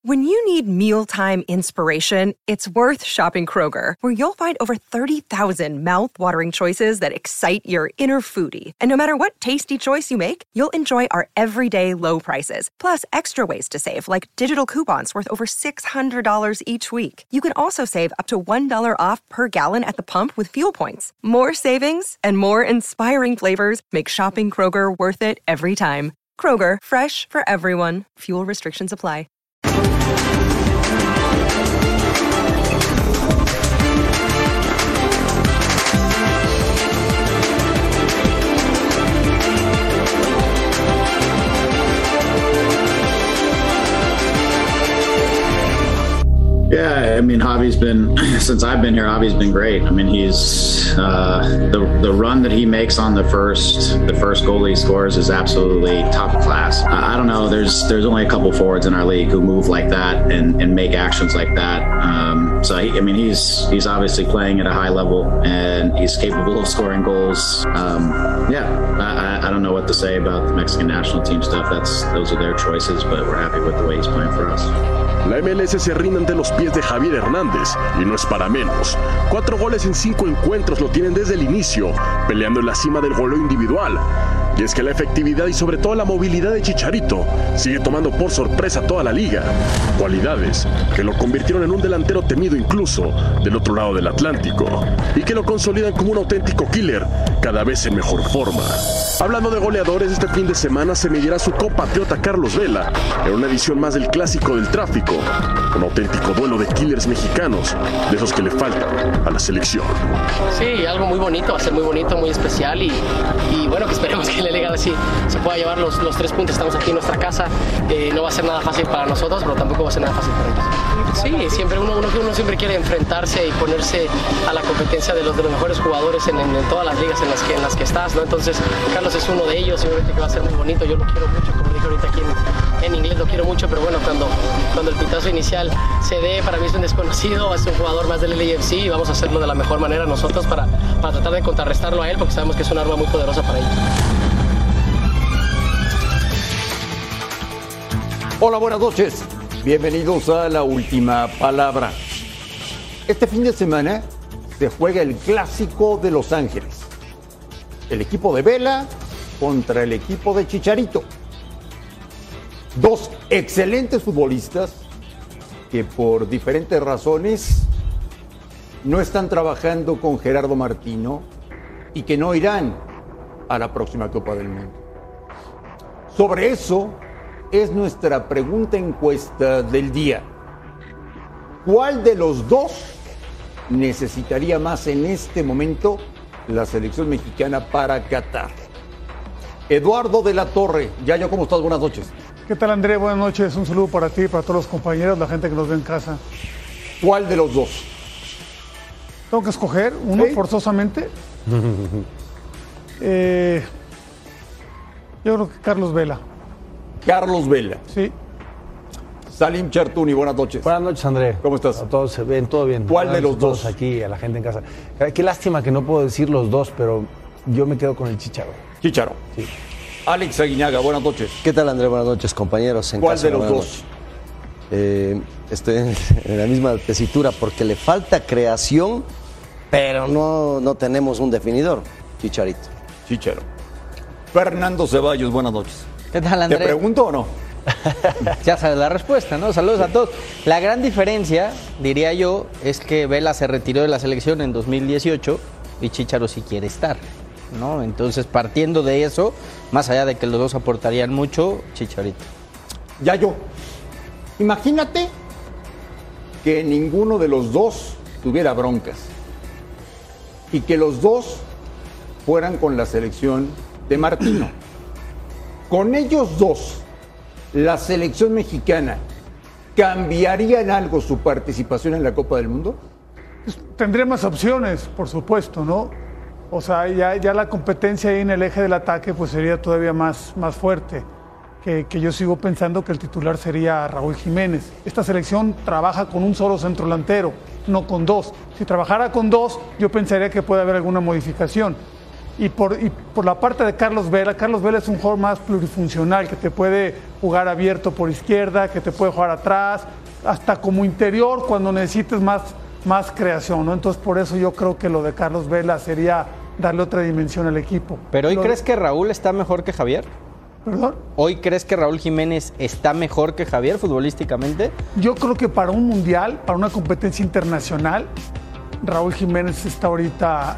When you need mealtime inspiration, it's worth shopping Kroger, where you'll find over 30,000 mouth-watering choices that excite your inner foodie. And no matter what tasty choice you make, you'll enjoy our everyday low prices, plus extra ways to save, like digital coupons worth over $600 each week. You can also save up to $1 off per gallon at the pump with fuel points. More savings and more inspiring flavors make shopping Kroger worth it every time. Kroger, fresh for everyone. Fuel restrictions apply. Yeah, I mean, Javi's been, since I've been here, Javi's been great. I mean, he's the run that he makes on the first goal he scores is absolutely top class. I don't know, there's only a couple forwards in our league who move like that and make actions like that. So he's obviously playing at a high level and he's capable of scoring goals. I don't know what to say about the Mexican national team stuff. Those are their choices, but we're happy with the way he's playing for us. La MLS se rinde ante los pies de Javier Hernández y no es para menos. 4 goles en 5 encuentros lo tienen desde el inicio, peleando en la cima del goleo individual. Y es que la efectividad y sobre todo la movilidad de Chicharito sigue tomando por sorpresa a toda la liga. Cualidades que lo convirtieron en un delantero temido incluso del otro lado del Atlántico y que lo consolidan como un auténtico killer cada vez en mejor forma. Hablando de goleadores, este fin de semana se medirá su compatriota Carlos Vela en una edición más del Clásico del Tráfico. Un auténtico duelo de killers mexicanos, de esos que le faltan a la selección. Sí, algo muy bonito, va a ser muy bonito, muy especial y bueno, que esperemos que la liga así se pueda llevar los 3 puntos. Estamos aquí en nuestra casa, no va a ser nada fácil para nosotros, pero tampoco va a ser nada fácil para ellos. Sí, siempre uno siempre quiere enfrentarse y ponerse a la competencia de los mejores jugadores en todas las ligas en las que estás, ¿no? Entonces Carlos es uno de ellos, seguramente que va a ser muy bonito. Yo lo quiero mucho, como dije ahorita aquí en inglés, lo quiero mucho, pero bueno, cuando el pitazo inicial se dé, para mí es un desconocido, va a ser un jugador más del LAFC y vamos a hacerlo de la mejor manera nosotros para tratar de contrarrestarlo a él, porque sabemos que es un arma muy poderosa para ellos. Hola, buenas noches. Bienvenidos a La Última Palabra. Este fin de semana se juega el Clásico de Los Ángeles. El equipo de Vela contra el equipo de Chicharito. 2 excelentes futbolistas que por diferentes razones no están trabajando con Gerardo Martino y que no irán a la próxima Copa del Mundo. Sobre eso es nuestra pregunta encuesta del día. ¿Cuál de los dos necesitaría más en este momento la selección mexicana para Qatar? Eduardo de la Torre, Yayo, ¿cómo estás? Buenas noches. ¿Qué tal, André? Buenas noches. Un saludo para ti, para todos los compañeros, la gente que nos ve en casa. ¿Cuál de los dos? ¿Tengo que escoger uno forzosamente? Yo creo que Carlos Vela. Carlos Vela. Sí. Salim Chertuni, buenas noches. Buenas noches, André. ¿Cómo estás? A todos se ven, todo bien. ¿Cuál de los dos? Aquí, a la gente en casa. Qué lástima que no puedo decir los dos, pero yo me quedo con el Chicharo. Chicharo. Sí. Alex Aguinaga, buenas noches. ¿Qué tal, André? Buenas noches, compañeros. ¿Cuál de los dos? Estoy en la misma tesitura porque le falta creación, pero no tenemos un definidor. Chicharito. Chicharo. Fernando Ceballos, buenas noches. ¿Qué tal, André? ¿Te pregunto o no? Ya sabes la respuesta, ¿no? Saludos a todos. La gran diferencia, diría yo, es que Vela se retiró de la selección en 2018 y Chicharo sí quiere estar, ¿no? Entonces, partiendo de eso, más allá de que los dos aportarían mucho, Chicharito. Yayo, imagínate que ninguno de los dos tuviera broncas y que los dos fueran con la selección de Martino. Con ellos dos, ¿la selección mexicana cambiaría en algo su participación en la Copa del Mundo? Pues, tendría más opciones, por supuesto, ¿no? O sea, ya la competencia ahí en el eje del ataque pues sería todavía más fuerte. Que yo sigo pensando que el titular sería Raúl Jiménez. Esta selección trabaja con un solo centro delantero, no con dos. Si trabajara con dos, yo pensaría que puede haber alguna modificación. Y por la parte de Carlos Vela es un jugador más plurifuncional, que te puede jugar abierto por izquierda, que te puede jugar atrás, hasta como interior cuando necesites más creación, ¿no? Entonces por eso yo creo que lo de Carlos Vela sería darle otra dimensión al equipo. ¿Pero hoy crees que Raúl está mejor que Javier? ¿Perdón? ¿Hoy crees que Raúl Jiménez está mejor que Javier futbolísticamente? Yo creo que para un mundial, para una competencia internacional, Raúl Jiménez está ahorita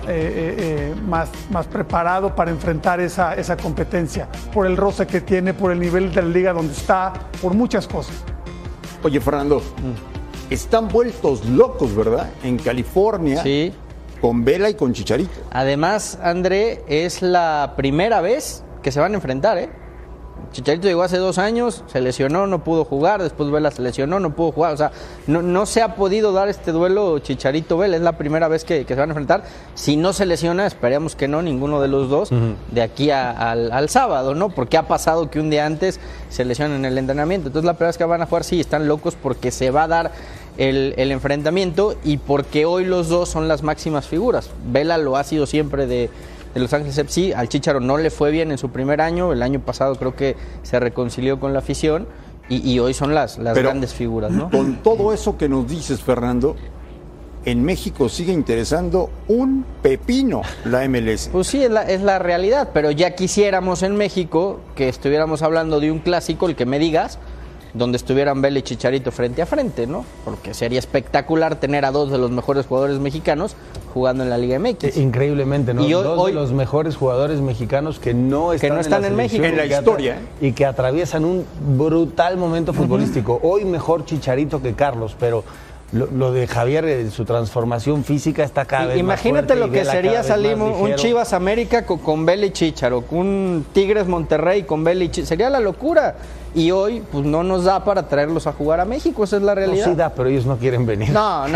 más preparado para enfrentar esa competencia, por el roce que tiene, por el nivel de la liga donde está, por muchas cosas. Oye, Fernando, están vueltos locos, ¿verdad? En California, sí, con Vela y con Chicharito. Además, André, es la primera vez que se van a enfrentar, ¿eh? Chicharito llegó hace 2 años, se lesionó, no pudo jugar, después Vela se lesionó, no pudo jugar, o sea, no se ha podido dar este duelo Chicharito-Vela, es la primera vez que se van a enfrentar. Si no se lesiona, esperemos que no, ninguno de los dos, de aquí al sábado, ¿no? Porque ha pasado que un día antes se lesionan en el entrenamiento, entonces la primera vez que van a jugar, sí, están locos porque se va a dar el enfrentamiento y porque hoy los dos son las máximas figuras. Vela lo ha sido siempre de Los Ángeles FC, al Chícharo no le fue bien en su primer año, el año pasado creo que se reconcilió con la afición y hoy son las grandes figuras, ¿no? Con todo eso que nos dices, Fernando, en México sigue interesando un pepino la MLS. Pues sí, es la realidad, pero ya quisiéramos en México que estuviéramos hablando de un clásico, el que me digas, donde estuvieran Vela y Chicharito frente a frente, ¿no? Porque sería espectacular tener a 2 de los mejores jugadores mexicanos jugando en la Liga MX. Increíblemente, ¿no? Y hoy, de los mejores jugadores mexicanos que no están en México. En la historia. Y que atraviesan un brutal momento futbolístico. Hoy mejor Chicharito que Carlos, pero lo de Javier, su transformación física está cada vez más fuerte. Imagínate lo que sería salir un Chivas América con Vela y Chícharo, un Tigres Monterrey con Vela y Chícharo. Sería la locura. Y hoy pues no nos da para traerlos a jugar a México, esa es la realidad. No, sí da, pero ellos no quieren venir. No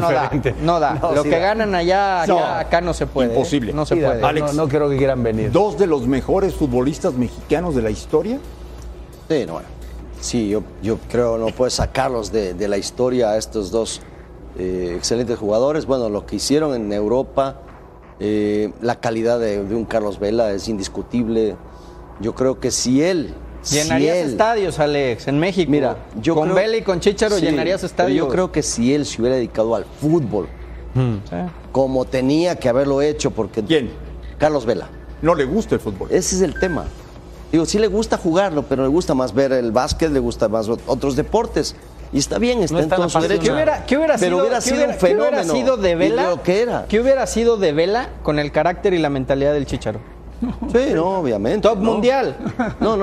da. Lo que ganan allá, acá no se puede. Imposible. No se puede. Alex, no creo que quieran venir. 2 de los mejores futbolistas mexicanos de la historia. Sí, no, bueno. Sí, yo creo no puedes sacarlos de la historia a estos 2 excelentes jugadores. Bueno, lo que hicieron en Europa, la calidad de un Carlos Vela es indiscutible. Yo creo que si él... Llenarías estadios, Alex, en México. Mira, yo con creo, Vela y con Chícharo llenarías estadios. Yo creo que si él se hubiera dedicado al fútbol, como tenía que haberlo hecho, porque... ¿Quién? Carlos Vela. No le gusta el fútbol. Ese es el tema. Digo, sí le gusta jugarlo, pero le gusta más ver el básquet, le gusta más otros deportes. Y está bien, está en todo su derecho. ¿Qué hubiera sido un fenómeno? ¿Qué hubiera sido de Vela? Lo que era. ¿Qué hubiera sido de Vela con el carácter y la mentalidad del Chícharo? Sí, no, obviamente. Top mundial. No,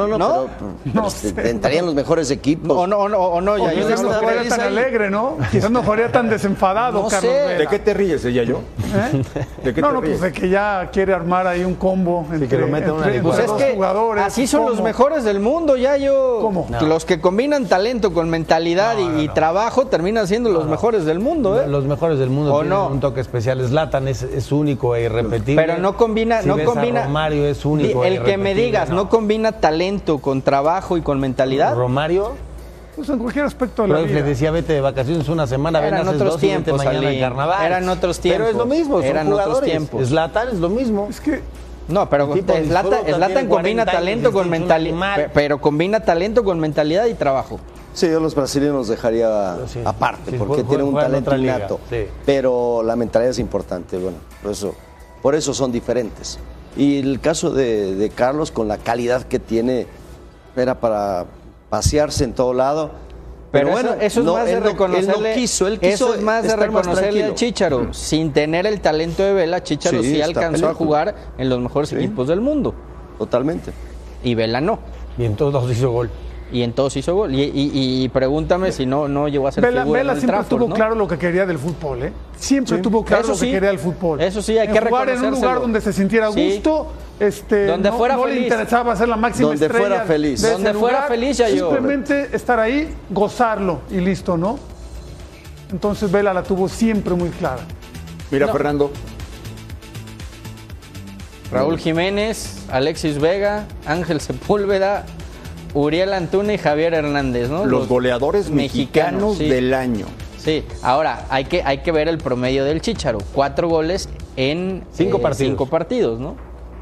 pero entrarían los mejores equipos. O no, ya. Quizás no fuera tan alegre, ¿no? Quizás no fuera tan desenfadado, no Carlos sé. Vela. ¿De qué te ríes, ella yo? ¿De qué te ríes? Pues de que ya quiere armar ahí un combo entre, que lo meten entre pues es dos que jugadores. así son los mejores del mundo, ya yo. ¿Cómo? Los que combinan talento con mentalidad y trabajo terminan siendo los mejores del mundo, ¿eh? Los mejores del mundo tienen un toque especial. Zlatan es único e irrepetible. Pero no combina, si no ves combina. A Romario es único. El que me digas, ¿no combina talento con trabajo y con mentalidad? Romario. Pues en cualquier aspecto de la vida. Le decía, vete de vacaciones una semana, ven haces 2 y vete mañana en carnaval. Eran otros tiempos. Pero es lo mismo, eran otros tiempos. Zlatan es lo mismo. Es que... No, pero Zlatan combina talento con mentalidad. Pero combina talento con mentalidad y trabajo. Sí, yo los brasileños dejaría aparte, porque tienen un talento innato. Sí. Pero la mentalidad es importante, bueno, por eso son diferentes. Y el caso de Carlos, con la calidad que tiene, era para pasearse en todo lado. Pero bueno, eso es más de reconocerle. Él quiso eso es más de reconocerle al Chícharo. Sin tener el talento de Vela, Chícharo sí alcanzó a jugar en los mejores equipos del mundo. Totalmente. Y Vela no. Y en todos hizo gol. Y pregúntame si no llegó a ser figura Vela en el siempre Trafford, tuvo ¿no? claro lo que quería del fútbol, ¿eh? Siempre tuvo claro lo que quería del fútbol. Eso sí, hay que jugar en un lugar donde se sintiera a gusto, donde fuera no feliz. le interesaba ser la máxima donde estrella. Fuera feliz. De donde fuera lugar, feliz ya yo. Simplemente estar ahí, gozarlo y listo, ¿no? Entonces Vela la tuvo siempre muy clara. Mira, Fernando. Raúl Jiménez, Alexis Vega, Ángel Sepúlveda, Uriel Antuna y Javier Hernández, ¿no? Los goleadores mexicanos del año. Sí, ahora hay que ver el promedio del Chícharo. 4 goles en 5 partidos, ¿no?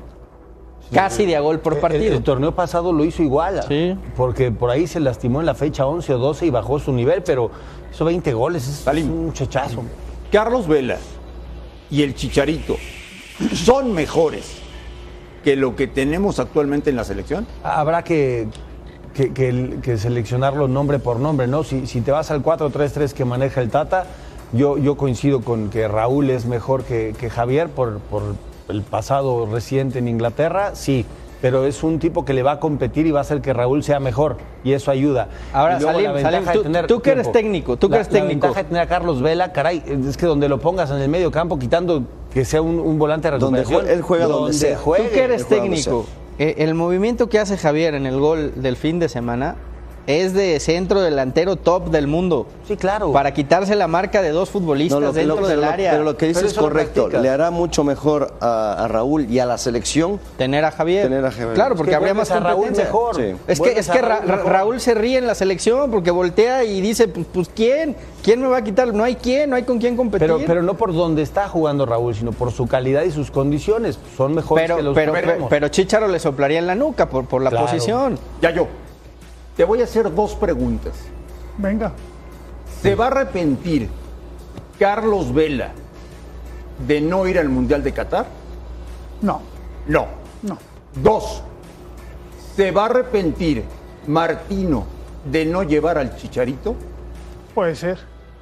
casi de a gol por partido. El torneo pasado lo hizo igual, sí, porque por ahí se lastimó en la fecha 11 o 12 y bajó su nivel, pero hizo 20 goles, es un muchachazo. Carlos Vela y el Chicharito son mejores que lo que tenemos actualmente en la selección. Habrá que seleccionarlo nombre por nombre, ¿no? Si te vas al 4-3-3 que maneja el Tata, yo coincido con que Raúl es mejor que Javier por el pasado reciente en Inglaterra, sí, pero es un tipo que le va a competir y va a hacer que Raúl sea mejor, y eso ayuda. Ahora, Salim, tú que eres técnico, la ventaja de tener a Carlos Vela, caray, es que donde lo pongas en el medio campo, quitando que sea un volante de recuperación, él juega donde sea. Tú que eres técnico, el movimiento que hace Javier en el gol del fin de semana es de centro delantero top del mundo. Sí, claro. Para quitarse la marca de dos futbolistas dentro del área. Pero lo que dices es correcto. Le hará mucho mejor a Raúl y a la selección tener a Javier. Claro, porque habría más a Raúl mejor. Sí. Es que Raúl se ríe en la selección porque voltea y dice, pues ¿quién me va a quitar? No hay con quién competir. Pero no por donde está jugando Raúl, sino por su calidad y sus condiciones. Son mejores que los pero Chícharo le soplaría en la nuca por la posición. Te voy a hacer dos preguntas. Venga. ¿Se va a arrepentir Carlos Vela de no ir al Mundial de Qatar? No. Dos, ¿se va a arrepentir Martino de no llevar al Chicharito? Puede ser,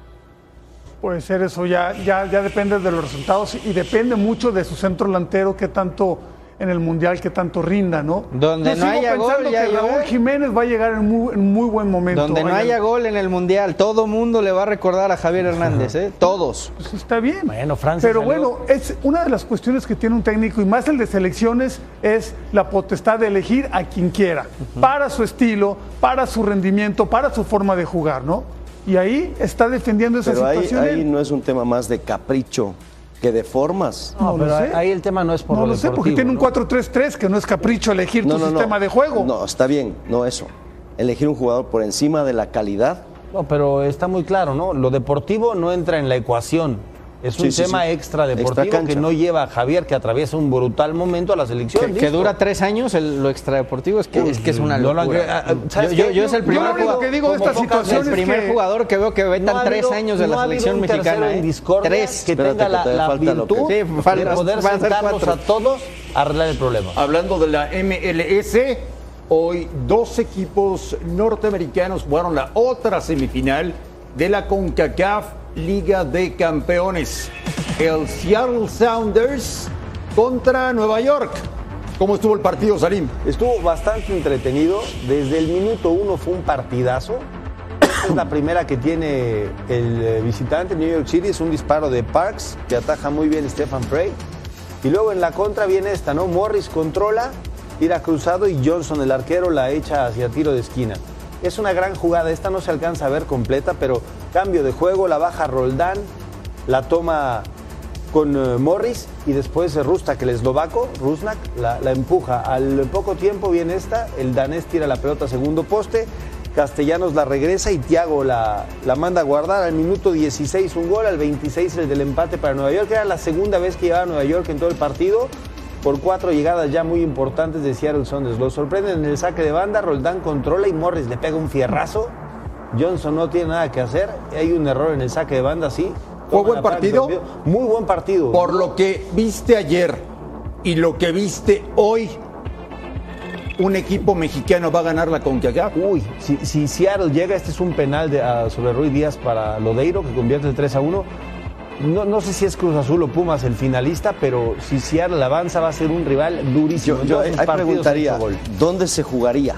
eso ya depende de los resultados y depende mucho de su centro delantero, que tanto en el Mundial, que tanto rinda, ¿no? Donde no haya gol, ya Raúl Jiménez va a llegar en muy buen momento. Donde no haya gol en el Mundial, todo mundo le va a recordar a Javier Hernández, ¿eh? Todos. Pues está bien. Bueno, Francia pero bueno, es una de las cuestiones que tiene un técnico, y más el de selecciones, es la potestad de elegir a quien quiera, para su estilo, para su rendimiento, para su forma de jugar, ¿no? Y ahí está defendiendo esa situación. Ahí no es un tema más de capricho que de formas. No, pero ahí el tema no es por lo deportivo. No lo sé, porque tiene un 4-3-3 que no es capricho elegir tu sistema de juego. No, está bien, no eso. Elegir un jugador por encima de la calidad. No, pero está muy claro, ¿no? Lo deportivo no entra en la ecuación. Es un tema extra deportivo que no lleva a Javier, que atraviesa un brutal momento a la selección. Que dura 3 años lo extradeportivo, es que es una locura. Yo es el primer jugador que digo de esta situación, el primer jugador que veo que vetan 3 años de la selección mexicana. En discordia, 3 que tenga la virtud de poder sentarnos a todos a arreglar el problema. Hablando de la MLS, hoy 2 equipos norteamericanos jugaron la otra semifinal de la CONCACAF Liga de Campeones. El Seattle Sounders contra Nueva York. ¿Cómo estuvo el partido, Salim? Estuvo bastante entretenido. Desde el minuto 1 fue un partidazo. Esta es la primera que tiene el visitante, New York City. Es un disparo de Parks, que ataja muy bien Stephen Frey. Y luego en la contra viene esta, ¿no? Morris controla, tira cruzado y Johnson, el arquero, la echa hacia tiro de esquina. Es una gran jugada, esta no se alcanza a ver completa, pero cambio de juego, la baja Roldán, la toma con Morris y después Rusnak, el eslovaco, la empuja. Al poco tiempo viene esta, el danés tira la pelota a segundo poste, Castellanos la regresa y Thiago la manda a guardar. Al minuto 16 un gol, al 26 el del empate para Nueva York. Era la segunda vez que llevaba Nueva York en todo el partido, por 4 llegadas ya muy importantes de Seattle Sounders. Lo sorprenden en el saque de banda, Roldán controla y Morris le pega un fierrazo. Johnson no tiene nada que hacer, hay un error en el saque de banda, sí. ¿Fue buen partido? Muy buen partido. Por lo que viste ayer y lo que viste hoy, ¿un equipo mexicano va a ganar la CONCACAF? Uy, si Seattle llega, este es un penal sobre Ruiz Díaz para Lodeiro, que convierte el 3-1. No sé si es Cruz Azul o Pumas el finalista, pero si Seattle avanza va a ser un rival durísimo. Yo preguntaría, ¿dónde se jugaría?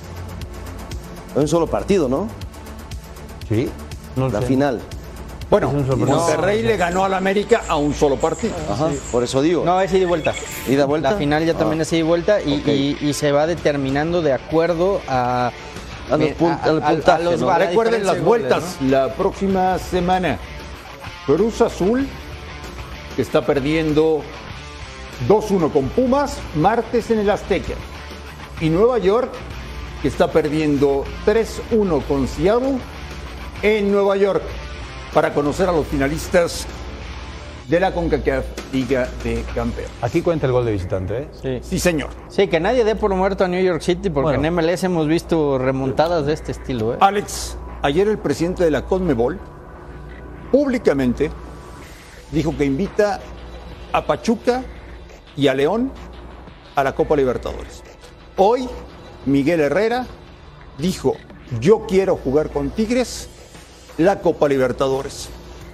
Un solo partido, ¿no? Sí. La final. Bueno, Monterrey le ganó al América a un solo partido. Ajá, sí. Por eso digo. No, es ida y vuelta. ¿Ida y vuelta? La final ya también es ida y vuelta y se va determinando de acuerdo a los puntajes. ¿No? Recuerden las vueltas, ¿no? La próxima semana. Cruz Azul, que está perdiendo 2-1 con Pumas, martes en el Azteca. Y Nueva York, que está perdiendo 3-1 con Seattle en Nueva York. Para conocer a los finalistas de la CONCACAF Liga de Campeones. Aquí cuenta el gol de visitante, ¿eh? Sí, señor. Sí, que nadie dé por muerto a New York City, porque en MLS hemos visto remontadas de este estilo, ¿eh? Alex, ayer el presidente de la CONMEBOL públicamente dijo que invita a Pachuca y a León a la Copa Libertadores. Hoy, Miguel Herrera dijo, yo quiero jugar con Tigres la Copa Libertadores.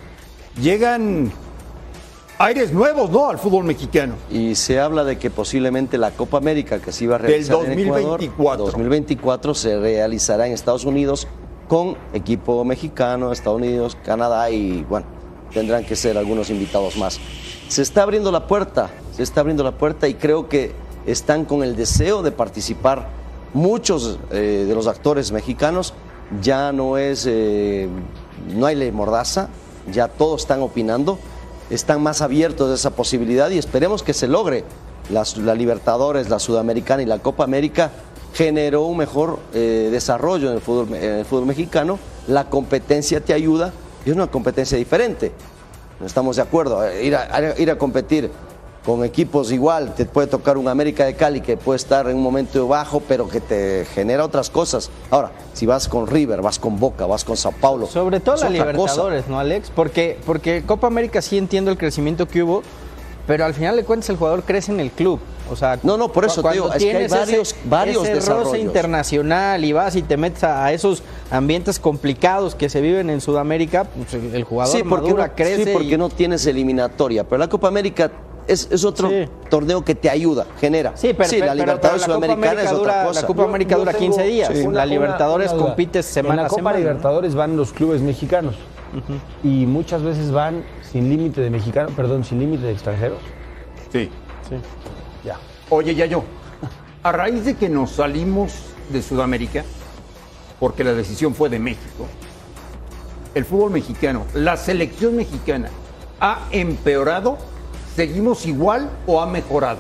Llegan aires nuevos, ¿no?, al fútbol mexicano. Y se habla de que posiblemente la Copa América que se iba a realizar del en Ecuador, 2024 se realizará en Estados Unidos con equipo mexicano, Estados Unidos, Canadá y bueno, tendrán que ser algunos invitados más. Se está abriendo la puerta y creo que están con el deseo de participar muchos de los actores mexicanos. Ya no hay ley mordaza, ya todos están opinando, están más abiertos a esa posibilidad y esperemos que se logre. La Libertadores, la Sudamericana y la Copa América generó un mejor desarrollo en el fútbol mexicano. La competencia te ayuda y es una competencia diferente. No estamos de acuerdo. Ir a competir con equipos igual, te puede tocar un América de Cali que puede estar en un momento bajo, pero que te genera otras cosas. Ahora, si vas con River, vas con Boca, vas con Sao Paulo. Sobre todo la Libertadores, ¿no, Alex? Porque Copa América sí entiendo el crecimiento que hubo, pero al final de cuentas el jugador crece en el club. O sea, no, por eso te digo, es que hay varios ese desarrollos. Roce internacional y vas y te metes a esos ambientes complicados que se viven en Sudamérica, pues el jugador madura, crece. Sí, porque no tienes eliminatoria, pero la Copa América es otro torneo que te ayuda, genera. Sí, pero la Libertadores Sudamericana es otra cosa. La Copa América dura 15 días. Sí. La Libertadores compites semana a semana. En la Copa Libertadores van los clubes mexicanos y muchas veces van sin límite de mexicanos, sin límite de extranjeros. Sí. Ya. Oye, Yayo, a raíz de que nos salimos de Sudamérica, porque la decisión fue de México, el fútbol mexicano, la selección mexicana, ¿ha empeorado? ¿Seguimos igual o ha mejorado?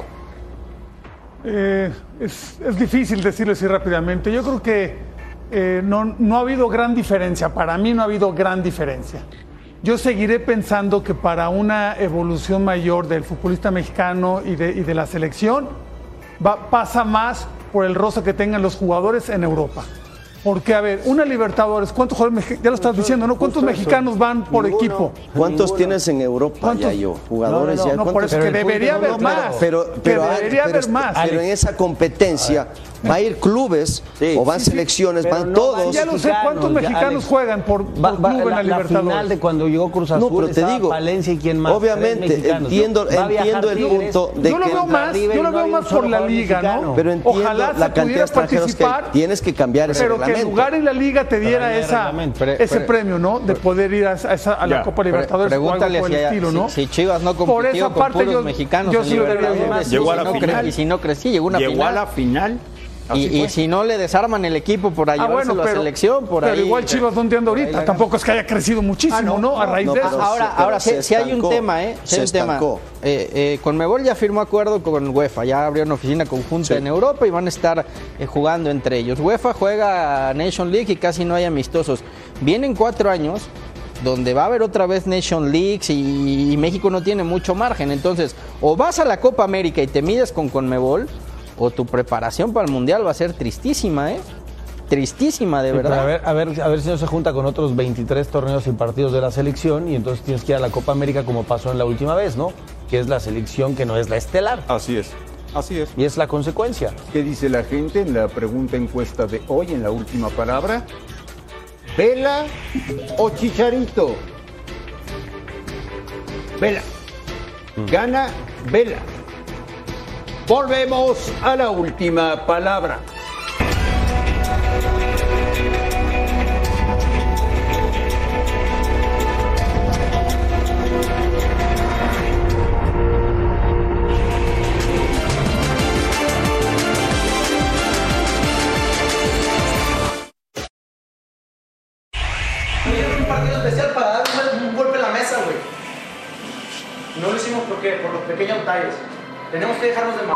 Es difícil decirlo así rápidamente. Yo creo que no ha habido gran diferencia. Para mí no ha habido gran diferencia. Yo seguiré pensando que para una evolución mayor del futbolista mexicano y de la selección pasa más por el roce que tengan los jugadores en Europa. Porque, a ver, una Libertadores, ¿cuántos jugadores, ya lo estás diciendo, ¿no? ¿Cuántos mexicanos van por equipo? ¿Cuántos tienes en Europa, Yayo? Jugadores ya. No, por eso que debería haber más. Pero debería haber más. Pero en esa competencia va a ir clubes o van selecciones, van todos. Ya lo sé, ¿cuántos mexicanos juegan por club en la Libertadores? La final de cuando llegó Cruz Azul, pero te digo, Valencia y quién más. Obviamente, entiendo el punto de que yo lo veo más por la liga, ¿no? Pero entiendo la cantidad de extranjeros que tienes que cambiar ese reglamento. Pero que el lugar en la liga te diera ese premio, ¿no? De poder ir a la Copa Libertadores o algo por el estilo, ¿no? Si Chivas no compitió con puros mexicanos, yo sí lo debería ver. Llegó a la final. Y si no crecí, llegó a la final. Y si no le desarman el equipo por llevárselo a selección, pero igual Chivas donde anda ahorita, tampoco es que haya crecido muchísimo, ¿no? A raíz de eso. Ahora si hay un tema, CONMEBOL ya firmó acuerdo con UEFA, ya abrió una oficina conjunta en Europa y van a estar jugando entre ellos. UEFA juega Nation League y casi no hay amistosos. Vienen 4 años donde va a haber otra vez Nation Leagues y México no tiene mucho margen. Entonces, o vas a la Copa América y te mides con CONMEBOL, o tu preparación para el Mundial va a ser tristísima, Tristísima, de verdad. A ver si no se junta con otros 23 torneos y partidos de la selección y entonces tienes que ir a la Copa América como pasó en la última vez, ¿no? Que es la selección que no es la estelar. Así es. Y es la consecuencia. ¿Qué dice la gente en la pregunta encuesta de hoy, en la última palabra? ¿Vela o Chicharito? Vela. Gana Vela. Volvemos a la última palabra. Un partido especial para dar un golpe en la mesa, güey. No lo hicimos por los pequeños detalles. Tenemos que dejarnos de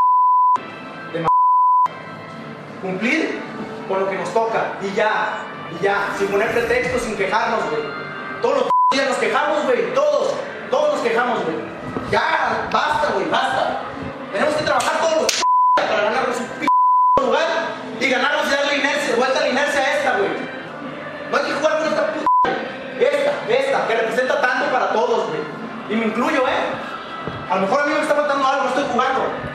cumplir con lo que nos toca y ya, sin poner pretextos, sin quejarnos, güey. Todos los días nos quejamos, güey, todos nos quejamos, güey. Y me incluyo, A lo mejor a mí me está faltando algo, no estoy jugando.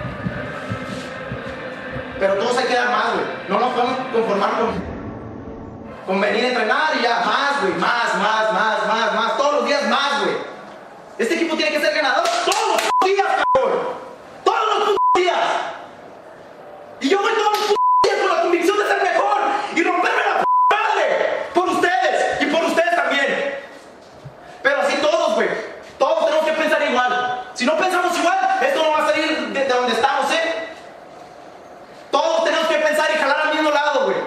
Pero todos hay que dar más, güey. No nos podemos conformar con venir a entrenar y ya, más, güey, más. Todos los días más, güey. Este equipo tiene que ser ganador todos los días, cabrón. Todos los días. Y yo voy todos los días con la convicción de ser mejor y romperme la madre por ustedes y por ustedes también. Pero así todos, güey. Todos tenemos que pensar igual. Si no pensamos igual, esto no va a salir de donde estamos, Todos tenemos que pensar y jalar al mismo lado, güey.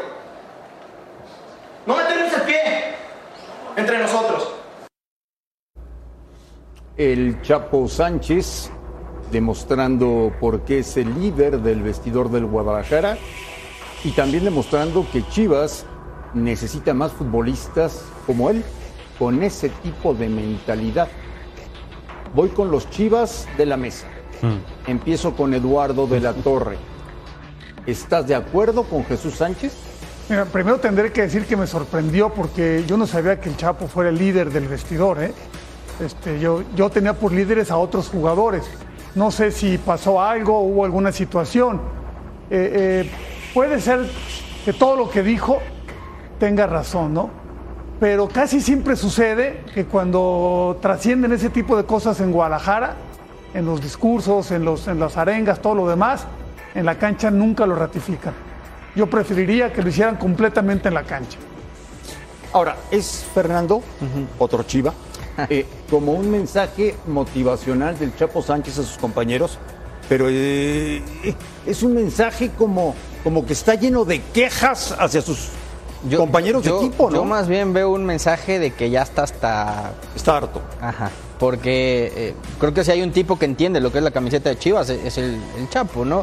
No meternos el pie entre nosotros. El Chapo Sánchez demostrando por qué es el líder del vestidor del Guadalajara y también demostrando que Chivas necesita más futbolistas como él, con ese tipo de mentalidad. Voy con los Chivas de la mesa. Empiezo con Eduardo de la Torre. ¿Estás de acuerdo con Jesús Sánchez? Mira, primero tendré que decir que me sorprendió porque yo no sabía que el Chapo fuera el líder del vestidor, Yo tenía por líderes a otros jugadores. No sé si pasó algo, hubo alguna situación. Puede ser que todo lo que dijo tenga razón, ¿no? Pero casi siempre sucede que cuando trascienden ese tipo de cosas en Guadalajara, en los discursos, en las arengas, todo lo demás, en la cancha nunca lo ratifican. Yo preferiría que lo hicieran completamente en la cancha. Ahora, es Fernando, otro Chiva, como un mensaje motivacional del Chapo Sánchez a sus compañeros, pero es un mensaje como que está lleno de quejas hacia sus compañeros de equipo, ¿no? Yo más bien veo un mensaje de que ya está harto. Ajá, porque creo que si hay un tipo que entiende lo que es la camiseta de Chivas, es el Chapo, ¿no?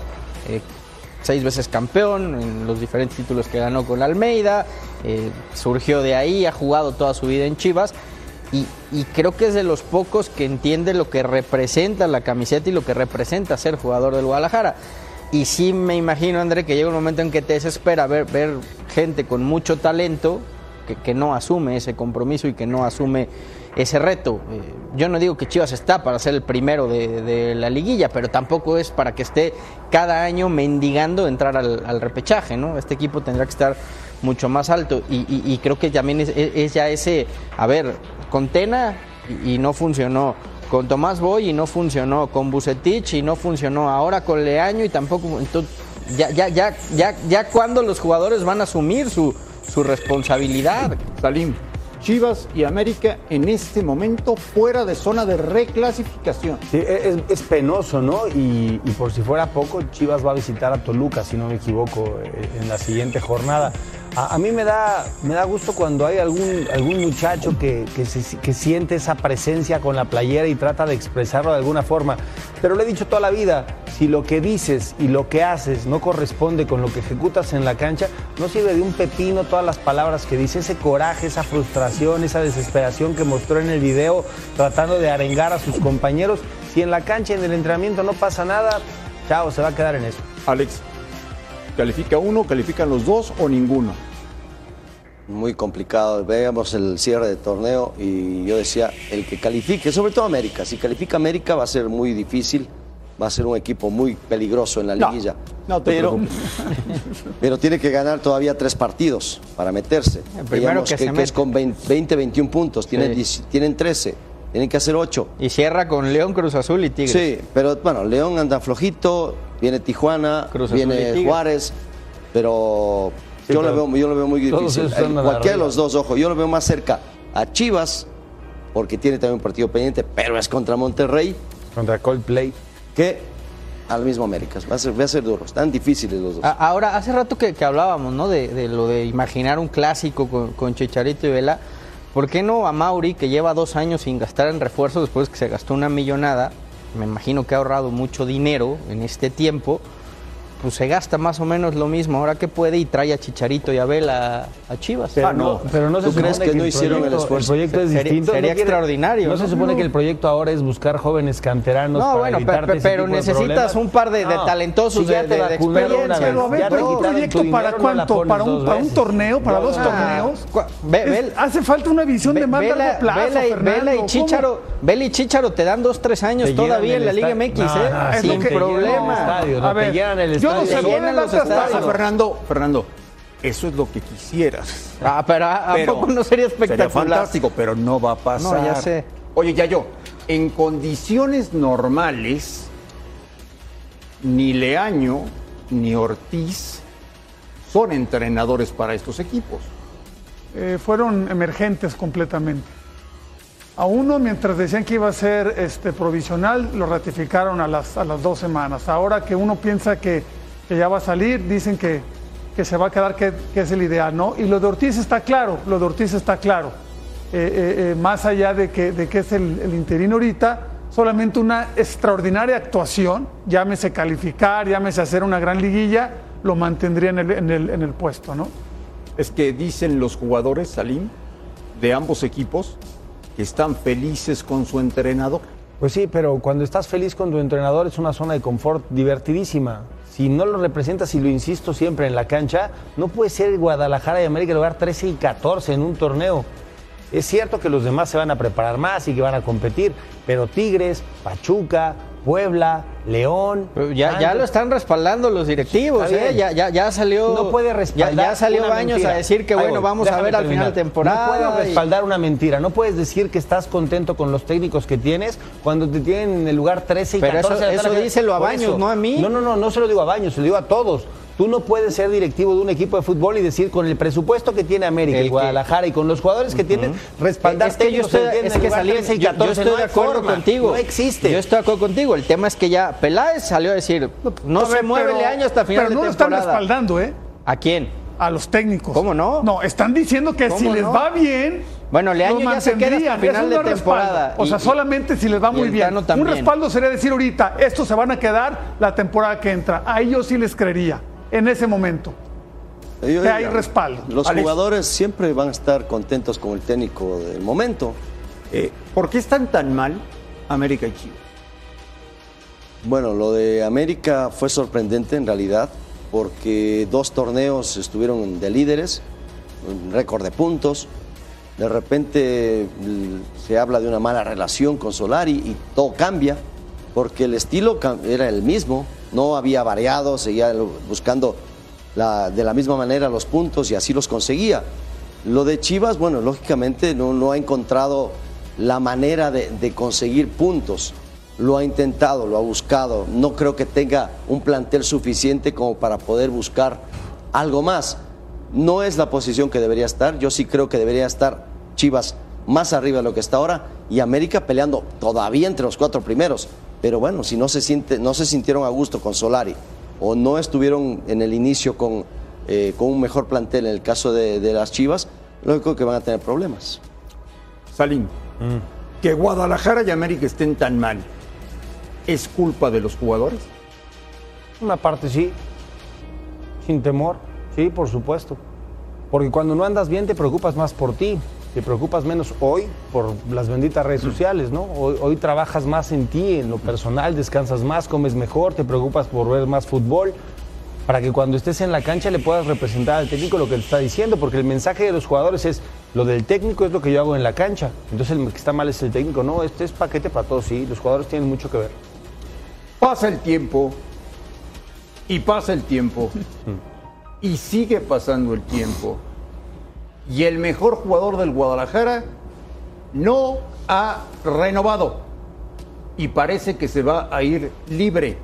6 veces campeón en los diferentes títulos que ganó con Almeida, surgió de ahí, ha jugado toda su vida en Chivas y creo que es de los pocos que entiende lo que representa la camiseta y lo que representa ser jugador del Guadalajara. Y sí me imagino, André, que llega un momento en que te desespera ver gente con mucho talento que no asume ese compromiso y que no asume ese reto. Yo no digo que Chivas está para ser el primero de la liguilla, pero tampoco es para que esté cada año mendigando entrar al repechaje, ¿no? Este equipo tendrá que estar mucho más alto y creo que también es ya ese, con Tena y no funcionó, con Tomás Boy y no funcionó, con Vucetich y no funcionó, ahora con Leaño y tampoco, entonces ya cuando los jugadores van a asumir su responsabilidad. Salim, Chivas y América en este momento fuera de zona de reclasificación. Sí, es penoso, ¿no? Y por si fuera poco, Chivas va a visitar a Toluca, si no me equivoco, en la siguiente jornada. A mí me da gusto cuando hay algún muchacho que siente esa presencia con la playera y trata de expresarlo de alguna forma. Pero lo he dicho toda la vida, si lo que dices y lo que haces no corresponde con lo que ejecutas en la cancha, no sirve de un pepino todas las palabras que dice, ese coraje, esa frustración, esa desesperación que mostró en el video tratando de arengar a sus compañeros. Si en la cancha, en el entrenamiento no pasa nada, chao, se va a quedar en eso. Alex, ¿califica uno, califican los dos o ninguno? Muy complicado. Veamos el cierre de torneo y yo decía, el que califique, sobre todo América, si califica América va a ser muy difícil, va a ser un equipo muy peligroso en la liguilla. No te preocupes. Pero tiene que ganar todavía 3 partidos para meterse. Digamos que es con 20, 21 puntos, tienen 13. Tienen que hacer 8. Y cierra con León, Cruz Azul y Tigres. Sí, pero bueno, León anda flojito, viene Tijuana, viene Juárez, pero sí, yo lo veo muy difícil. Cualquiera de los dos, ojo, yo lo veo más cerca a Chivas, porque tiene también un partido pendiente, pero es contra Monterrey. Contra Coldplay. Que al mismo América. Va a ser duro, están difíciles los dos. Ahora, hace rato que hablábamos, ¿no? De lo de imaginar un clásico con Chicharito y Vela. ¿Por qué no a Mauri, que lleva 2 años sin gastar en refuerzos después que se gastó una millonada? Me imagino que ha ahorrado mucho dinero en este tiempo. pues se gasta más o menos lo mismo. Ahora que puede y trae a Chicharito y a Vela a Chivas. Pero no se crees supone que no hicieron el esfuerzo? El proyecto es distinto. Sería extraordinario. No se supone que el proyecto ahora es buscar jóvenes canteranos para evitarte ese pero tipo de necesitas problemas. un par de talentosos Si ya de te vacunaron experiencia. una vez, Pero a ver, ya te ¿pero un quitaron proyecto tu para dinero, no la cuánto? pones ¿Para dos un veces. torneo? ¿Para dos torneos? Hace falta una visión de más largo plazo, Vela y Chícharo te dan 2-3 años todavía en la Liga MX, sin problema. A ver, yo no sé, llenan los estadios. Fernando, eso es lo que quisieras. Pero ¿a poco no sería espectacular? Sería fantástico, pero no va a pasar. No, ya sé. Oye, Yayo, en condiciones normales, ni Leaño ni Ortiz son entrenadores para estos equipos. Fueron emergentes completamente. A uno, mientras decían que iba a ser provisional, lo ratificaron a las 2 semanas. Ahora que uno piensa que ya va a salir, dicen que se va a quedar, que es el ideal, ¿no? Y lo de Ortiz está claro, más allá de que es el interino ahorita, solamente una extraordinaria actuación, llámese calificar, llámese hacer una gran liguilla, lo mantendría en el puesto, ¿no? Es que dicen los jugadores, Salim, de ambos equipos, que están felices con su entrenador. Pues sí, pero cuando estás feliz con tu entrenador es una zona de confort divertidísima. Si no lo representas, y lo insisto siempre en la cancha, no puede ser Guadalajara y América lugar 13 y 14 en un torneo. Es cierto que los demás se van a preparar más y que van a competir, pero Tigres, Pachuca, Puebla, León... Ya lo están respaldando los directivos, ya salió... No puede respaldar ya salió Baños mentira. A decir que bueno, vamos a ver al final de temporada. No puedes respaldar una mentira, no puedes decir que estás contento con los técnicos que tienes cuando te tienen en el lugar 13 y 14. Pero eso díselo a Baños, no a mí. No se lo digo a Baños, se lo digo a todos. Tú no puedes ser directivo de un equipo de fútbol y decir con el presupuesto que tiene América y Guadalajara y con los jugadores que tienen, respaldar técnicos que salen y 14. Yo estoy de acuerdo contigo. No existe. Yo estoy de acuerdo contigo. El tema es que ya Peláez salió a decir, no se mueve Leaño hasta final de temporada. Pero no lo están respaldando, ¿eh? ¿A quién? A los técnicos. ¿Cómo no? No, están diciendo que si les va bien... Bueno, Leaño ya se queda hasta final de temporada. O sea, solamente si les va muy bien. Un respaldo sería decir ahorita, estos se van a quedar la temporada que entra. Ahí yo sí les creería. En ese momento, que hay respaldo. Los jugadores siempre van a estar contentos con el técnico del momento. ¿Por qué están tan mal América y Chivas? Bueno, lo de América fue sorprendente en realidad, porque 2 torneos estuvieron de líderes, un récord de puntos. De repente se habla de una mala relación con Solari y todo cambia, porque el estilo era el mismo. No había variado, seguía buscando de la misma manera los puntos y así los conseguía. Lo de Chivas, bueno, lógicamente no ha encontrado la manera de conseguir puntos. Lo ha intentado, lo ha buscado. No creo que tenga un plantel suficiente como para poder buscar algo más. No es la posición que debería estar. Yo sí creo que debería estar Chivas más arriba de lo que está ahora y América peleando todavía entre los 4 primeros. Pero bueno, si no se sintieron a gusto con Solari o no estuvieron en el inicio con un mejor plantel en el caso de las Chivas, lógico que van a tener problemas. Salim, que Guadalajara y América estén tan mal, ¿es culpa de los jugadores? Una parte sí, sin temor, sí, por supuesto. Porque cuando no andas bien te preocupas más por ti. Te preocupas menos hoy por las benditas redes sociales, ¿no? Hoy trabajas más en ti, en lo personal, descansas más, comes mejor, te preocupas por ver más fútbol, para que cuando estés en la cancha le puedas representar al técnico lo que te está diciendo, porque el mensaje de los jugadores es, lo del técnico es lo que yo hago en la cancha, entonces el que está mal es el técnico, no, este es paquete para todos, sí, los jugadores tienen mucho que ver. Pasa el tiempo, y pasa el tiempo, y sigue pasando el tiempo. Y el mejor jugador del Guadalajara no ha renovado y parece que se va a ir libre.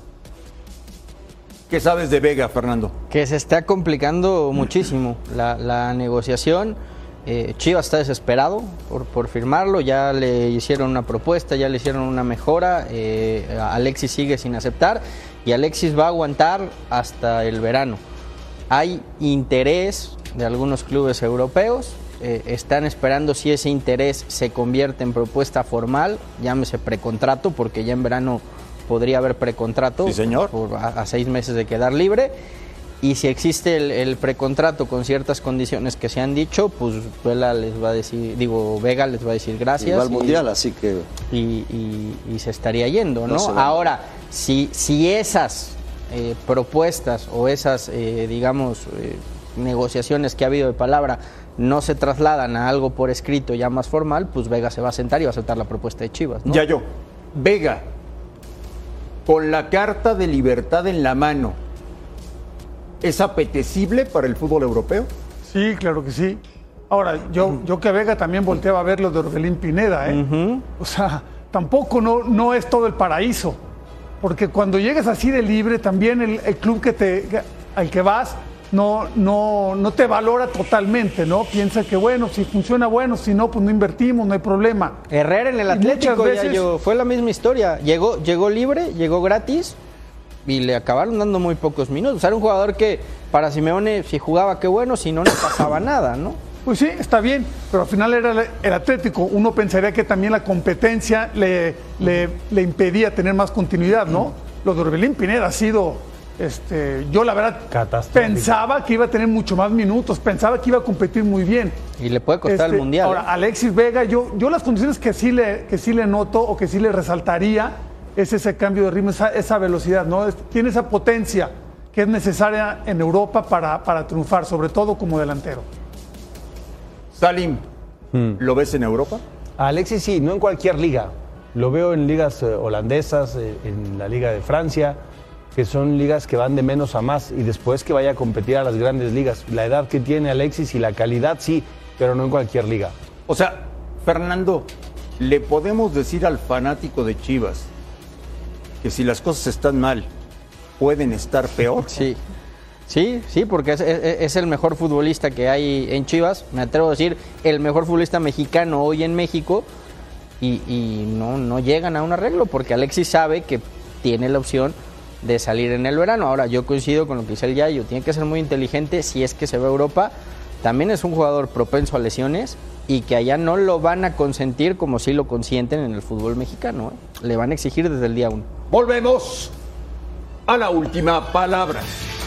¿Qué sabes de Vega, Fernando? Que se está complicando muchísimo la negociación. Chivas está desesperado por firmarlo, ya le hicieron una propuesta, ya le hicieron una mejora, Alexis sigue sin aceptar y Alexis va a aguantar hasta el verano. Hay interés de algunos clubes europeos, están esperando si ese interés se convierte en propuesta formal, llámese precontrato, porque ya en verano podría haber precontrato. Sí, señor. A 6 meses de quedar libre. Y si existe el precontrato con ciertas condiciones que se han dicho, pues Vega les va a decir gracias. Y va al Mundial, así que... Y se estaría yendo, ¿no? Ahora, si esas propuestas o esas, negociaciones que ha habido de palabra no se trasladan a algo por escrito ya más formal, pues Vega se va a sentar y va a aceptar la propuesta de Chivas, ¿no? Vega, con la carta de libertad en la mano, ¿es apetecible para el fútbol europeo? Sí, claro que sí. Ahora, yo que Vega también volteaba a ver lo de Orbelín Pineda, O sea, tampoco no es todo el paraíso. Porque cuando llegues así de libre, también el club al que vas no te valora totalmente, ¿no? Piensa que, bueno, si funciona, bueno, si no, pues no invertimos, no hay problema. Herrera en el Atlético fue la misma historia. Llegó libre, llegó gratis y le acabaron dando muy pocos minutos. O sea, era un jugador que para Simeone, si jugaba, qué bueno, si no pasaba nada, ¿no? Pues sí, está bien, pero al final era el Atlético. Uno pensaría que también la competencia le impedía tener más continuidad, ¿no? Lo de Orbelín Pineda ha sido, yo la verdad pensaba que iba a tener mucho más minutos, pensaba que iba a competir muy bien. Y le puede costar el Mundial. Ahora, Alexis Vega, yo las condiciones que sí le noto o que sí le resaltaría es ese cambio de ritmo, esa velocidad, ¿no? Tiene esa potencia que es necesaria en Europa para triunfar, sobre todo como delantero. Salim, ¿lo ves en Europa? A Alexis sí, no en cualquier liga. Lo veo en ligas holandesas, en la Liga de Francia, que son ligas que van de menos a más y después que vaya a competir a las grandes ligas. La edad que tiene Alexis y la calidad sí, pero no en cualquier liga. O sea, Fernando, ¿le podemos decir al fanático de Chivas que si las cosas están mal, pueden estar peor? Sí, porque es el mejor futbolista que hay en Chivas. Me atrevo a decir, el mejor futbolista mexicano hoy en México. Y no llegan a un arreglo porque Alexis sabe que tiene la opción de salir en el verano. Ahora, yo coincido con lo que dice el Yayo. Tiene que ser muy inteligente si es que se va a Europa. También es un jugador propenso a lesiones y que allá no lo van a consentir como si lo consienten en el fútbol mexicano. Le van a exigir desde el día 1. Volvemos a la última palabra.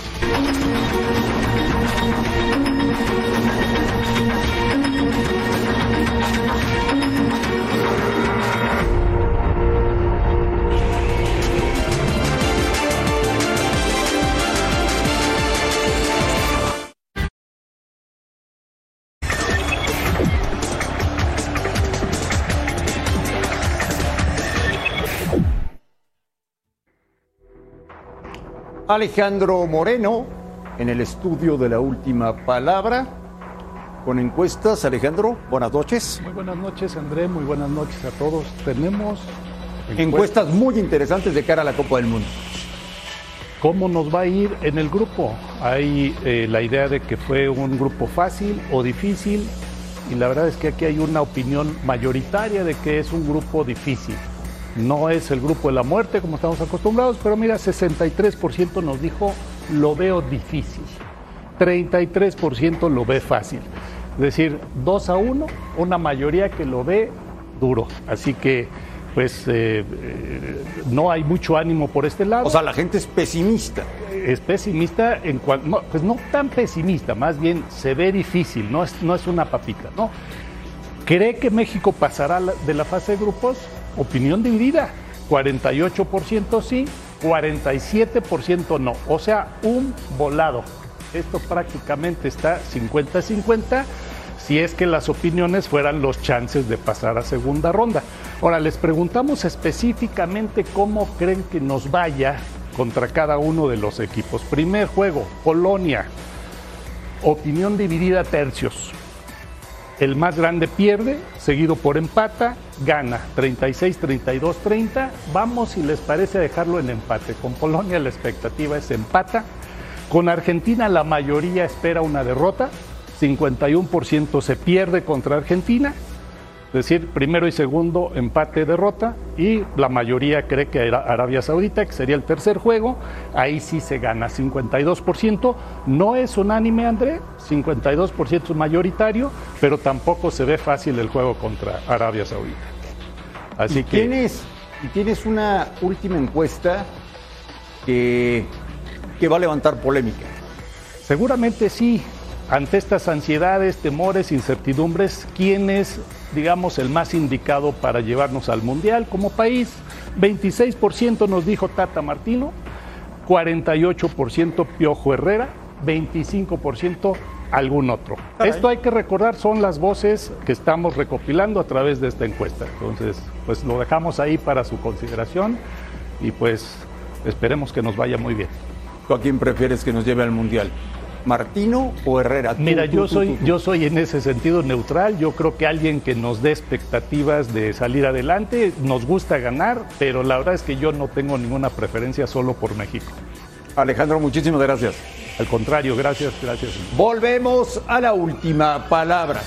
Alejandro Moreno, en el estudio de La Última Palabra, con encuestas. Alejandro, buenas noches. Muy buenas noches, André, muy buenas noches a todos. Tenemos encuestas muy interesantes de cara a la Copa del Mundo. ¿Cómo nos va a ir en el grupo? Hay la idea de que fue un grupo fácil o difícil, y la verdad es que aquí hay una opinión mayoritaria de que es un grupo difícil. No es el grupo de la muerte como estamos acostumbrados, pero mira, 63% nos dijo lo veo difícil, 33% lo ve fácil. Es decir, 2-1, una mayoría que lo ve duro. Así que, pues, no hay mucho ánimo por este lado. O sea, la gente es pesimista. Es pesimista, pues no tan pesimista, más bien se ve difícil, no es una papita, ¿no? ¿Cree que México pasará de la fase de grupos? Opinión dividida, 48% sí, 47% no, o sea, un volado. Esto prácticamente está 50-50, si es que las opiniones fueran los chances de pasar a segunda ronda. Ahora, les preguntamos específicamente cómo creen que nos vaya contra cada uno de los equipos. Primer juego, Polonia, opinión dividida tercios. El más grande pierde, seguido por empata, gana 36-32-30. Vamos, si les parece, dejarlo en empate. Con Polonia la expectativa es empata. Con Argentina la mayoría espera una derrota. 51% se pierde contra Argentina. Es decir, primero y segundo empate, derrota. Y la mayoría cree que Arabia Saudita, que sería el tercer juego, ahí sí se gana 52%. No es unánime, André, 52% es mayoritario, pero tampoco se ve fácil el juego contra Arabia Saudita. Así que... Y tienes una última encuesta que va a levantar polémica. Seguramente sí. Ante estas ansiedades, temores, incertidumbres, ¿quién es, digamos, el más indicado para llevarnos al Mundial como país? 26% nos dijo Tata Martino, 48% Piojo Herrera, 25% algún otro. Esto hay que recordar, son las voces que estamos recopilando a través de esta encuesta. Entonces, pues lo dejamos ahí para su consideración y pues esperemos que nos vaya muy bien. ¿Tú a quién prefieres que nos lleve al Mundial? ¿Martino o Herrera? Mira, yo soy en ese sentido neutral. Yo creo que alguien que nos dé expectativas de salir adelante, nos gusta ganar, pero la verdad es que yo no tengo ninguna preferencia solo por México. Alejandro, muchísimas gracias. Al contrario, gracias. Volvemos a la última palabra.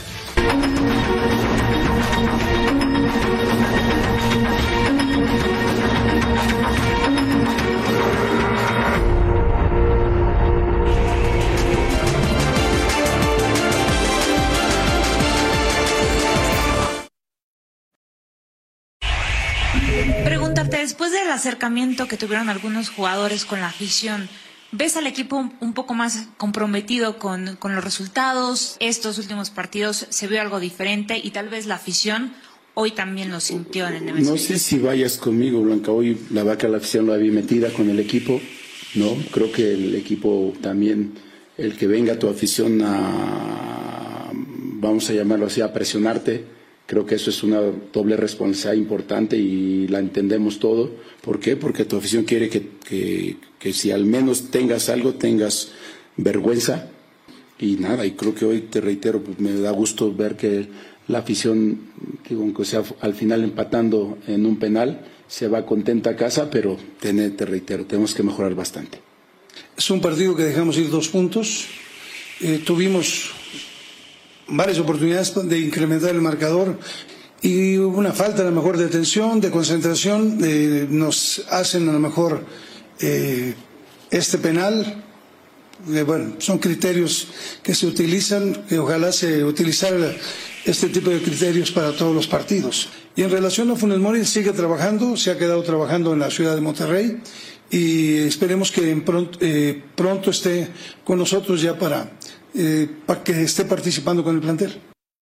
Preguntarte, después del acercamiento que tuvieron algunos jugadores con la afición, ¿ves al equipo un poco más comprometido con los resultados? Estos últimos partidos se vio algo diferente y tal vez la afición hoy también lo sintió en el MSN. No sé si vayas conmigo, Blanca. Hoy la afición la vi metida con el equipo, ¿no? Creo que el equipo también, el que venga tu afición a, vamos a llamarlo así, a presionarte. Creo que eso es una doble responsabilidad importante y la entendemos todo. ¿Por qué? Porque tu afición quiere que si al menos tengas algo, tengas vergüenza. Y nada, y creo que hoy, te reitero, pues me da gusto ver que la afición, digo, aunque sea al final empatando en un penal, se va contenta a casa, pero te reitero, tenemos que mejorar bastante. Es un partido que dejamos ir 2 puntos. Tuvimos varias oportunidades de incrementar el marcador y hubo una falta a lo mejor de atención, de concentración, nos hacen a lo mejor este penal. Bueno, son criterios que se utilizan, que ojalá se utilizara este tipo de criterios para todos los partidos. Y en relación a Funes Mori, sigue trabajando, se ha quedado trabajando en la ciudad de Monterrey y esperemos que pronto esté con nosotros ya para que esté participando con el plantel.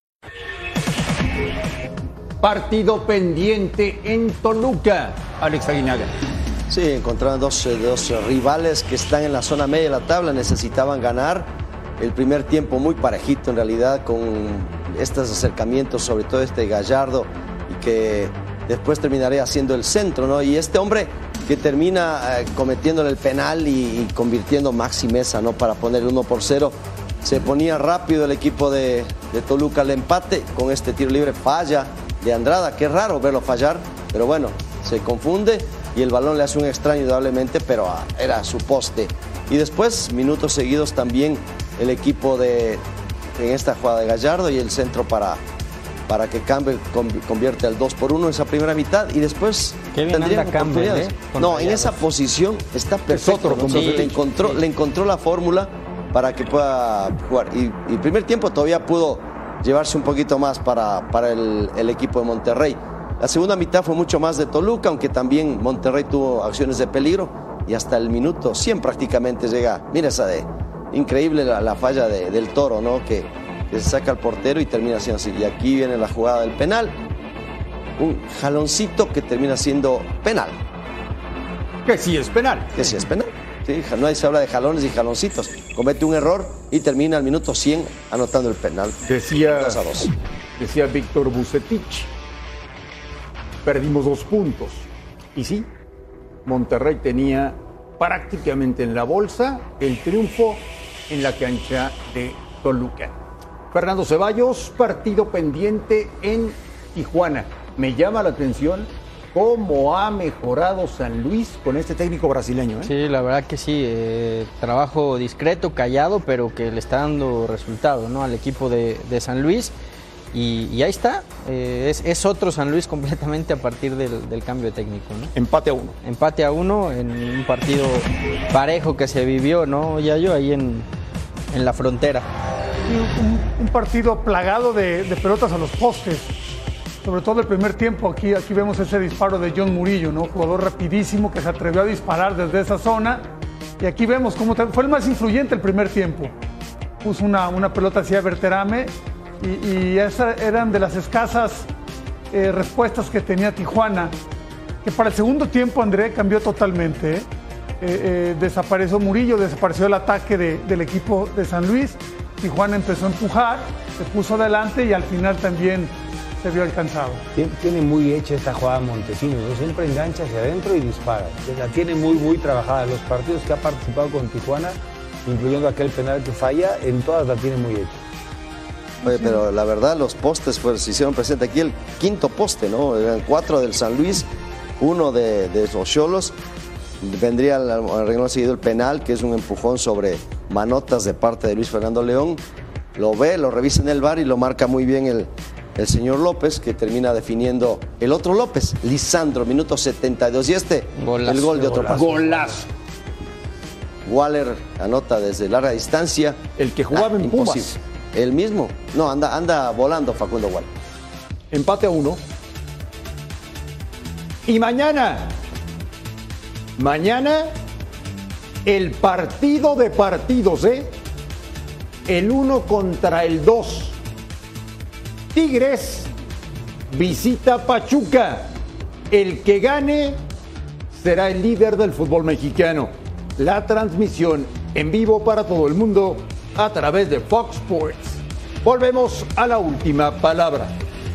Partido pendiente en Toluca. Alex Aguinaga. Sí, encontraron dos rivales que están en la zona media de la tabla, necesitaban ganar. El primer tiempo muy parejito en realidad, con estos acercamientos, sobre todo este Gallardo, y que después terminaría haciendo el centro, ¿no? Y este hombre que termina cometiéndole el penal y convirtiendo Maxi Meza, ¿no? Para poner 1-0. Se ponía rápido el equipo de Toluca al empate con este tiro libre, falla de Andrada. Qué raro verlo fallar, pero bueno, se confunde y el balón le hace un extraño indudablemente, pero era su poste. Y después, minutos seguidos también el equipo en esta jugada de Gallardo y el centro para que Campbell convierte al 2-1 en esa primera mitad y después tendrían oportunidades. No, en esa posición está perfecto. Le encontró la fórmula para que pueda jugar. Y el primer tiempo todavía pudo llevarse un poquito más para el equipo de Monterrey. La segunda mitad fue mucho más de Toluca, aunque también Monterrey tuvo acciones de peligro y hasta el minuto 100 prácticamente llega. Mira esa increíble la falla del Toro, ¿no? Que se saca al portero y termina siendo así. Y aquí viene la jugada del penal. Un jaloncito que termina siendo penal. Que sí es penal. Que sí es penal. Sí, no se habla de jalones y jaloncitos. Comete un error y termina al minuto 100 anotando el penal. Decía Víctor Vucetich, perdimos 2 puntos. Y sí, Monterrey tenía prácticamente en la bolsa el triunfo en la cancha de Toluca. Fernando Ceballos, partido pendiente en Tijuana. Me llama la atención cómo ha mejorado San Luis con este técnico brasileño, ¿eh? Sí, la verdad que sí, trabajo discreto, callado, pero que le está dando resultado, ¿no? Al equipo de San Luis y ahí está, es otro San Luis completamente a partir del cambio de técnico, ¿no? Empate a 1. Empate a 1 en un partido parejo que se vivió, ¿no, Yayo? Ahí en la frontera. Un partido plagado de pelotas a los postes. sobre todo el primer tiempo. Aquí vemos ese disparo de John Murillo, ¿no? Jugador rapidísimo que se atrevió a disparar desde esa zona. Y aquí vemos cómo fue el más influyente el primer tiempo. Puso una pelota hacia Berterame y esas eran de las escasas respuestas que tenía Tijuana, que para el segundo tiempo, André, cambió totalmente. Desapareció Murillo, desapareció el ataque del equipo de San Luis. Tijuana empezó a empujar, se puso adelante y al final también se vio alcanzado. Tiene muy hecha esta jugada Montesinos, ¿no? Siempre engancha hacia adentro y dispara. La tiene muy trabajada. Los partidos que ha participado con Tijuana, incluyendo aquel penal que falla, en todas la tiene muy hecha. Oye, pero la verdad los postes se hicieron presente aquí, el quinto poste, ¿no? Eran 4 del San Luis, 1 de los Xolos. Vendría al renglón seguido el penal, que es un empujón sobre manotas de parte de Luis Fernando León. Lo ve, lo revisa en el VAR y lo marca muy bien el señor López, que termina definiendo el otro López, Lisandro, minuto 72. Y el gol de otro paso. Golazo. Waller anota desde larga distancia. El que jugaba en Pumas. El mismo. No, anda volando Facundo Waller. Empate a 1. Y mañana, el partido de partidos, el 1 contra el 2. Tigres visita Pachuca. El que gane será el líder del fútbol mexicano. La transmisión en vivo para todo el mundo a través de Fox Sports. Volvemos a la última palabra.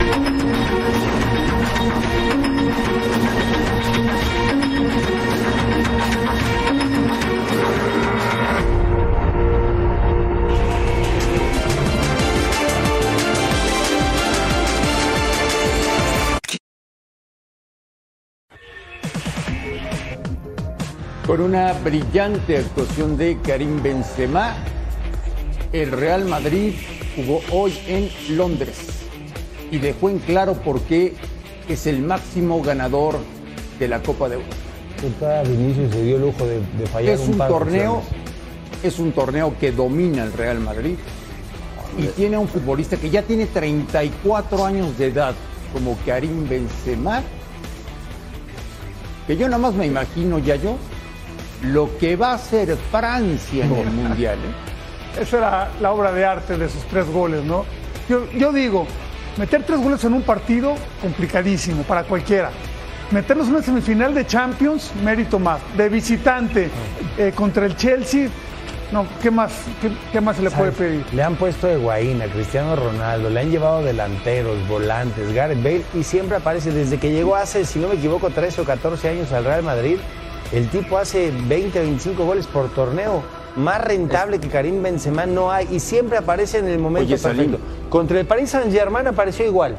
Con una brillante actuación de Karim Benzema, el Real Madrid jugó hoy en Londres y dejó en claro por qué es el máximo ganador de la Copa de Europa. Vinicius se dio el lujo de fallar Es un torneo que domina el Real Madrid y tiene a un futbolista que ya tiene 34 años de edad, como Karim Benzema, que yo nada más me imagino lo que va a hacer Francia en el Mundial. Esa era la obra de arte de sus 3 goles, ¿no? Yo digo, meter 3 goles en un partido, complicadísimo para cualquiera. Meterlos en una semifinal de Champions, mérito más. De visitante contra el Chelsea, no, ¿qué más se le puede pedir? Le han puesto de Higuaín a Cristiano Ronaldo, le han llevado delanteros, volantes, Gareth Bale, y siempre aparece, desde que llegó hace, si no me equivoco, 13 o 14 años al Real Madrid, el tipo hace 20, 25 goles por torneo. Más rentable que Karim Benzema no hay, y siempre aparece en el momento perfecto. Contra el Paris Saint-Germain apareció igual.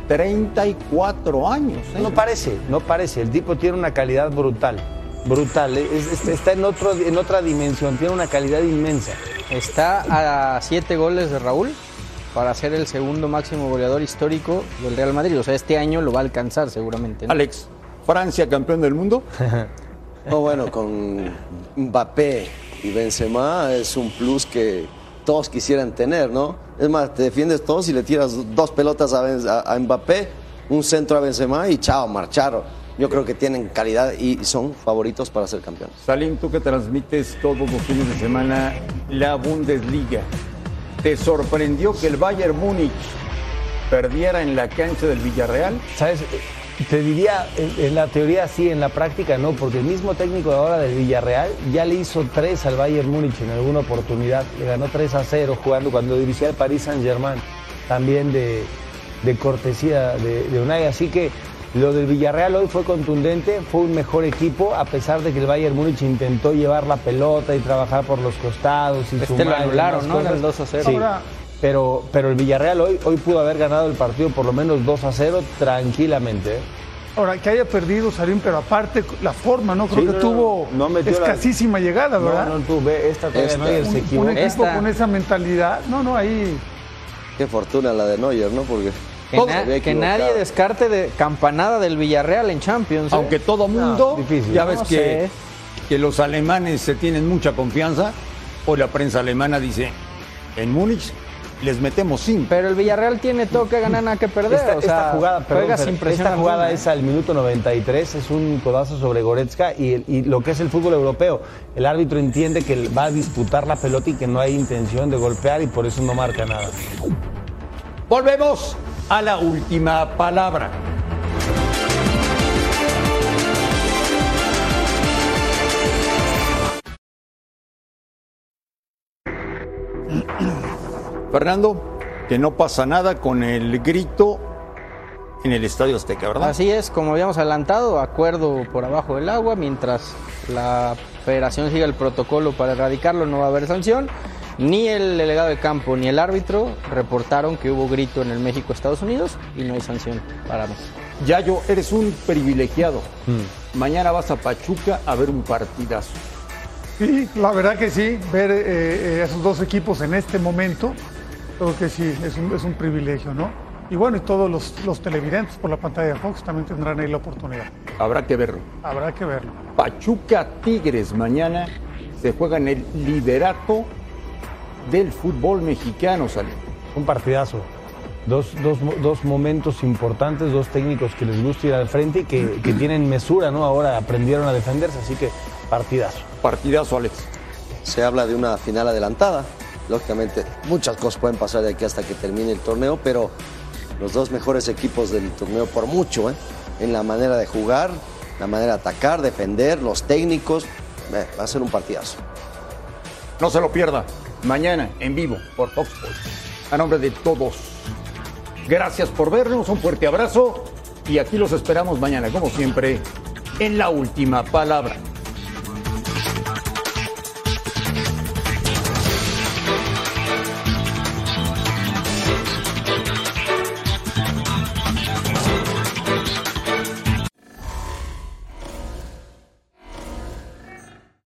34 años. No parece. El tipo tiene una calidad brutal. Está en otra dimensión, tiene una calidad inmensa. Está a 7 goles de Raúl para ser el segundo máximo goleador histórico del Real Madrid. O sea, este año lo va a alcanzar seguramente, ¿no? Alex, ¿Francia campeón del mundo? No, bueno, con Mbappé y Benzema es un plus que todos quisieran tener, ¿no? Es más, te defiendes todos y le tiras 2 pelotas a Mbappé, un centro a Benzema y chao, marcharon. Yo creo que tienen calidad y son favoritos para ser campeones. Salim, tú que transmites todos los fines de semana la Bundesliga, ¿te sorprendió que el Bayern Múnich perdiera en la cancha del Villarreal? ¿Sabes? Te diría, en la teoría sí, en la práctica no, porque el mismo técnico de ahora del Villarreal ya le hizo 3 al Bayern Múnich en alguna oportunidad. Le ganó 3-0 jugando cuando dirigía al Paris Saint-Germain, también de cortesía de Unai. Así que lo del Villarreal hoy fue contundente, fue un mejor equipo, a pesar de que el Bayern Múnich intentó llevar la pelota y trabajar por los costados y sumar. Lo anularon, ¿no? Era el 2-0. Sí. Pero el Villarreal hoy pudo haber ganado el partido por lo menos 2-0 tranquilamente. Ahora, que haya perdido Salim, pero aparte la forma, ¿no? Creo que tuvo escasísima llegada, ¿verdad? No tuve esta Neuer se equivocó. Un equipo con esa mentalidad, ahí... Qué fortuna la de Neuer, ¿no? Porque... Que nadie descarte de campanada del Villarreal en Champions. Aunque todo mundo, ya ves que los alemanes se tienen mucha confianza, o la prensa alemana dice, en Múnich les metemos 5. Pero el Villarreal tiene todo que ganar, nada que perder. Esta jugada, juega sin presión esta jugada alguna, es al minuto 93, es un codazo sobre Goretzka y lo que es el fútbol europeo. El árbitro entiende que va a disputar la pelota y que no hay intención de golpear y por eso no marca nada. Volvemos a la última palabra. Fernando, que no pasa nada con el grito en el Estadio Azteca, ¿verdad? Así es, como habíamos adelantado, acuerdo por abajo del agua, mientras la federación siga el protocolo para erradicarlo no va a haber sanción. Ni el delegado de campo ni el árbitro reportaron que hubo grito en el México-Estados Unidos y no hay sanción para México. Yayo, eres un privilegiado. Mañana vas a Pachuca a ver un partidazo. Sí, la verdad que sí, ver esos dos equipos en este momento, creo que sí, es un privilegio, ¿no? Y bueno, y todos los televidentes por la pantalla de Fox también tendrán ahí la oportunidad. Habrá que verlo. Habrá que verlo. Pachuca Tigres mañana se juega en el liderato del fútbol mexicano, Salim. Un partidazo. Dos momentos importantes, dos técnicos que les gusta ir al frente y que tienen mesura, ¿no? Ahora aprendieron a defenderse, así que partidazo. Partidazo, Alex. Se habla de una final adelantada. Lógicamente, muchas cosas pueden pasar de aquí hasta que termine el torneo, pero los dos mejores equipos del torneo por mucho, en la manera de jugar, la manera de atacar, defender, los técnicos, va a ser un partidazo. No se lo pierda, mañana en vivo por Fox Sports. A nombre de todos, gracias por vernos, un fuerte abrazo y aquí los esperamos mañana, como siempre, en La Última Palabra.